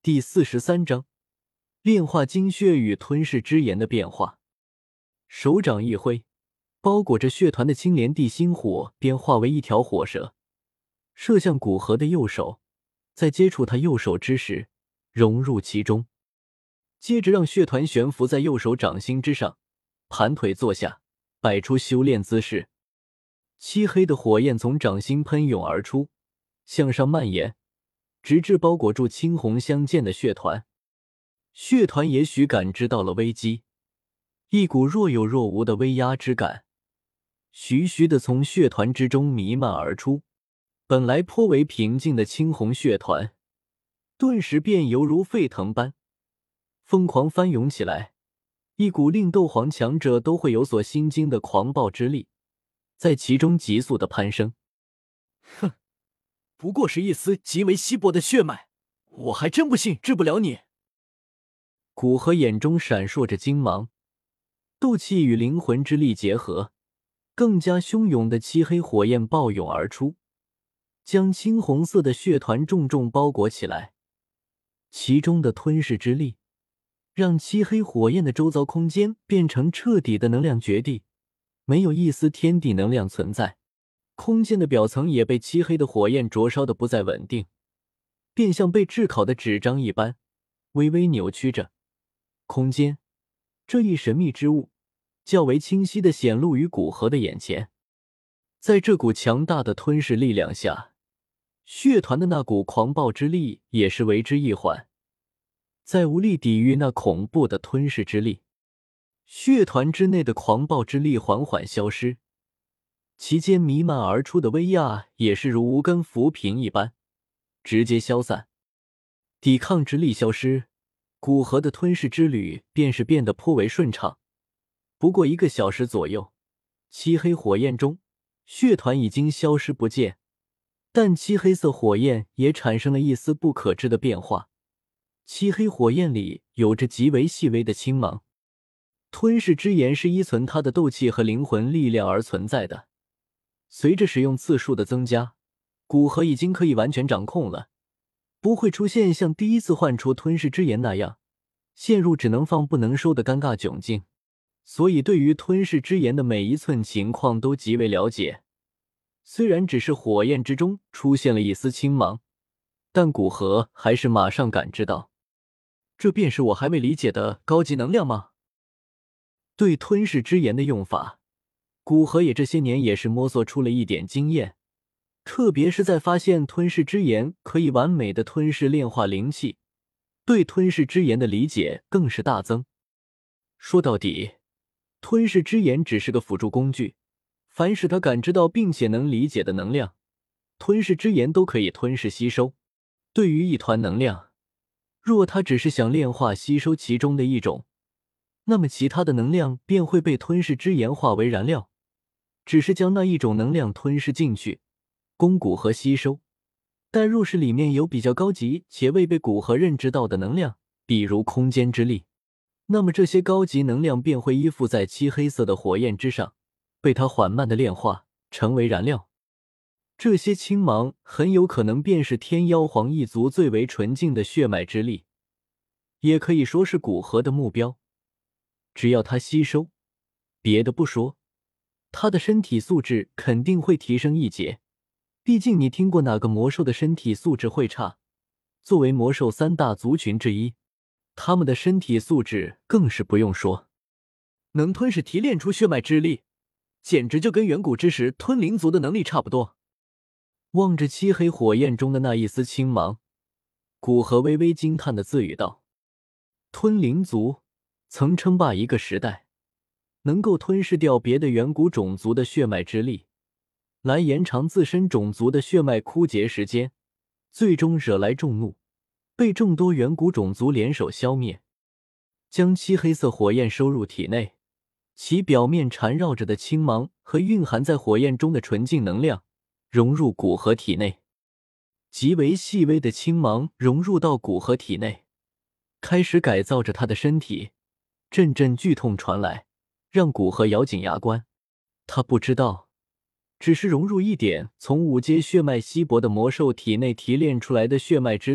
第43章炼化精血与吞噬之炎的变化。手掌一挥，包裹着血团的青莲地心火便化为一条火蛇，射向古河的右手，在接触他右手之时融入其中，接着让血团悬浮在右手掌心之上，盘腿坐下，摆出修炼姿势。漆黑的火焰从掌心喷涌而出，向上蔓延，直至包裹住青红相间的血团。血团也许感知到了危机，一股若有若无的威压之感徐徐地从血团之中弥漫而出。本来颇为平静的青红血团顿时便犹如沸腾般疯狂翻涌起来，一股令斗皇强者都会有所心惊的狂暴之力在其中急速的攀升。 哼，不过是一丝极为稀薄的血脉，我还真不信治不了你。 古河眼中闪烁着精芒，斗气与灵魂之力结合，更加汹涌的漆黑火焰暴涌而出，将青红色的血团重重包裹起来。其中的吞噬之力让漆黑火焰的周遭空间变成彻底的能量绝地，没有一丝天地能量存在。空间的表层也被漆黑的火焰灼烧的不再稳定，便像被炙烤的纸张一般微微扭曲着。空间这一神秘之物较为清晰地显露于古河的眼前。在这股强大的吞噬力量下，血团的那股狂暴之力也是为之一缓，再无力抵御那恐怖的吞噬之力。血团之内的狂暴之力缓缓消失，其间弥漫而出的威压也是如无根浮萍一般直接消散。抵抗之力消失，古河的吞噬之旅便是变得颇为顺畅。不过1个小时左右，漆黑火焰中血团已经消失不见，但漆黑色火焰也产生了一丝不可知的变化。漆黑火焰里有着极为细微的青芒，吞噬之炎是依存它的斗气和灵魂力量而存在的。随着使用次数的增加，古河已经可以完全掌控了，不会出现像第一次唤出吞噬之炎那样陷入只能放不能收的尴尬窘境，所以对于吞噬之炎的每一寸情况都极为了解。虽然只是火焰之中出现了一丝青芒，但古河还是马上感知到，这便是我还未理解的高级能量吗？对吞噬之炎的用法，古河也这些年也是摸索出了一点经验，特别是在发现吞噬之炎可以完美的吞噬炼化灵气，对吞噬之炎的理解更是大增。说到底，吞噬之炎只是个辅助工具，凡是他感知到并且能理解的能量，吞噬之炎都可以吞噬吸收。对于一团能量，若他只是想炼化吸收其中的一种，那么其他的能量便会被吞噬之炎化为燃料，只是将那一种能量吞噬进去，供古河吸收。但若是里面有比较高级且未被古河认知到的能量，比如空间之力，那么这些高级能量便会依附在漆黑色的火焰之上，被它缓慢的炼化，成为燃料。这些青芒很有可能便是天妖皇一族最为纯净的血脉之力，也可以说是古河的目标。只要他吸收，别的不说，他的身体素质肯定会提升一截。毕竟你听过哪个魔兽的身体素质会差？作为魔兽3大族群之一，他们的身体素质更是不用说。能吞噬提炼出血脉之力，简直就跟远古之时吞灵族的能力差不多。望着漆黑火焰中的那一丝青芒，古河微微惊叹地自语道：吞灵族曾称霸一个时代，能够吞噬掉别的远古种族的血脉之力，来延长自身种族的血脉枯竭时间，最终惹来众怒，被众多远古种族联手消灭。将漆黑色火焰收入体内，其表面缠绕着的青芒和蕴含在火焰中的纯净能量融入古河体内。极为细微的青芒融入到古河体内，开始改造着他的身体。阵阵剧痛传来，让古河咬紧牙关。他不知道，只是融入一点从5阶血脉稀薄的魔兽体内提炼出来的血脉之力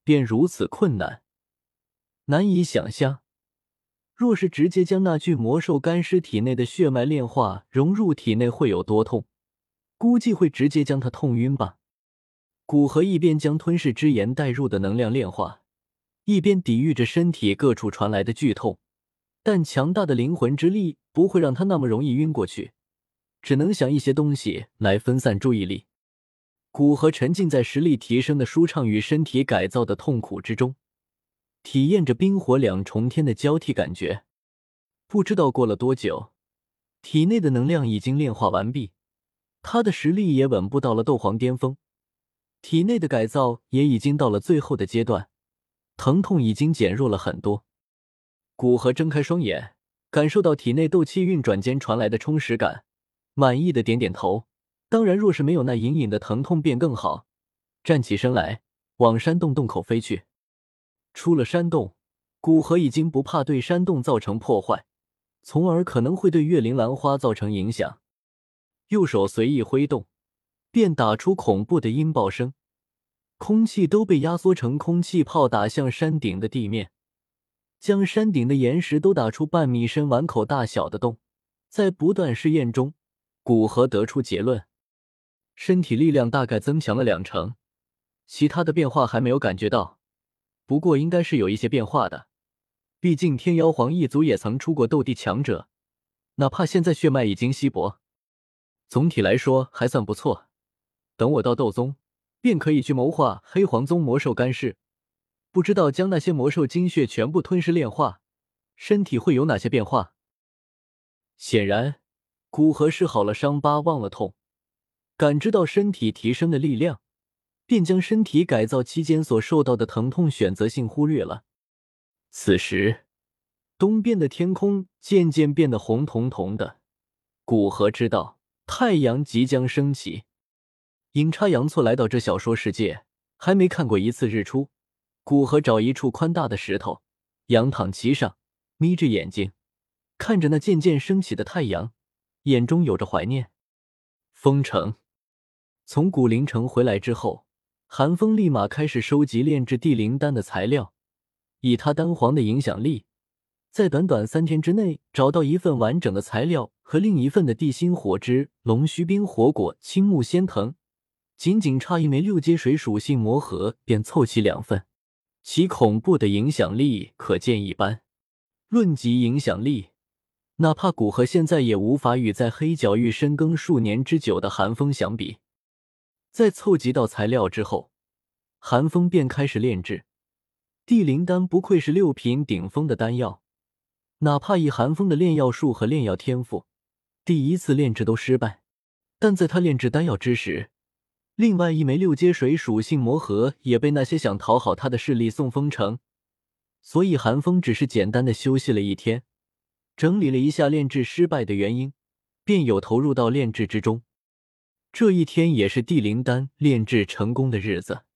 便如此困难。难以想象，若是直接将那具魔兽干尸体内的血脉炼化融入体内会有多痛，估计会直接将他痛晕吧。古河一边将吞噬之炎带入的能量炼化，一边抵御着身体各处传来的剧痛，但强大的灵魂之力不会让他那么容易晕过去，只能想一些东西来分散注意力。古河沉浸在实力提升的舒畅与身体改造的痛苦之中，体验着冰火两重天的交替感觉。不知道过了多久，体内的能量已经炼化完毕，他的实力也稳步到了斗皇巅峰，体内的改造也已经到了最后的阶段，疼痛已经减弱了很多。古河睁开双眼，感受到体内斗气运转间传来的充实感，满意的点点头。当然，若是没有那隐隐的疼痛便更好。站起身来，往山洞洞口飞去。出了山洞，古河已经不怕对山洞造成破坏，从而可能会对月灵兰花造成影响。右手随意挥动，便打出恐怖的音爆声，空气都被压缩成空气炮打向山顶的地面，将山顶的岩石都打出半米深碗口大小的洞。在不断试验中，古河得出结论，身体力量大概增强了20%，其他的变化还没有感觉到，不过应该是有一些变化的，毕竟天妖皇一族也曾出过斗帝强者，哪怕现在血脉已经稀薄，总体来说还算不错。等我到斗宗，便可以去谋划黑皇宗魔兽干尸，不知道将那些魔兽精血全部吞噬炼化，身体会有哪些变化。显然，古河治好了伤疤忘了痛，感知到身体提升的力量，便将身体改造期间所受到的疼痛选择性忽略了。此时，东边的天空渐渐变得红彤彤的，古河知道太阳即将升起。阴差阳错来到这小说世界，还没看过一次日出，古河找一处宽大的石头，仰躺其上，眯着眼睛，看着那渐渐升起的太阳，眼中有着怀念。封城。从古灵城回来之后，韩风立马开始收集炼制地灵丹的材料，以他丹皇的影响力，在短短3天之内找到一份完整的材料和另一份的地心火之龙须冰火果青木仙藤，仅仅差一枚6阶水属性魔核便凑齐2份，其恐怖的影响力可见一斑。论及影响力，哪怕古河现在也无法与在黑角域深耕数年之久的韩风相比。在凑集到材料之后，韩风便开始炼制地灵丹。不愧是6品顶峰的丹药，哪怕以韩风的炼药术和炼药天赋，第一次炼制都失败，但在他炼制丹药之时，另外一枚6阶水属性魔核也被那些想讨好他的势力送封城，所以韩风只是简单的休息了1天，整理了一下炼制失败的原因，便有投入到炼制之中。这1天也是地灵丹炼制成功的日子。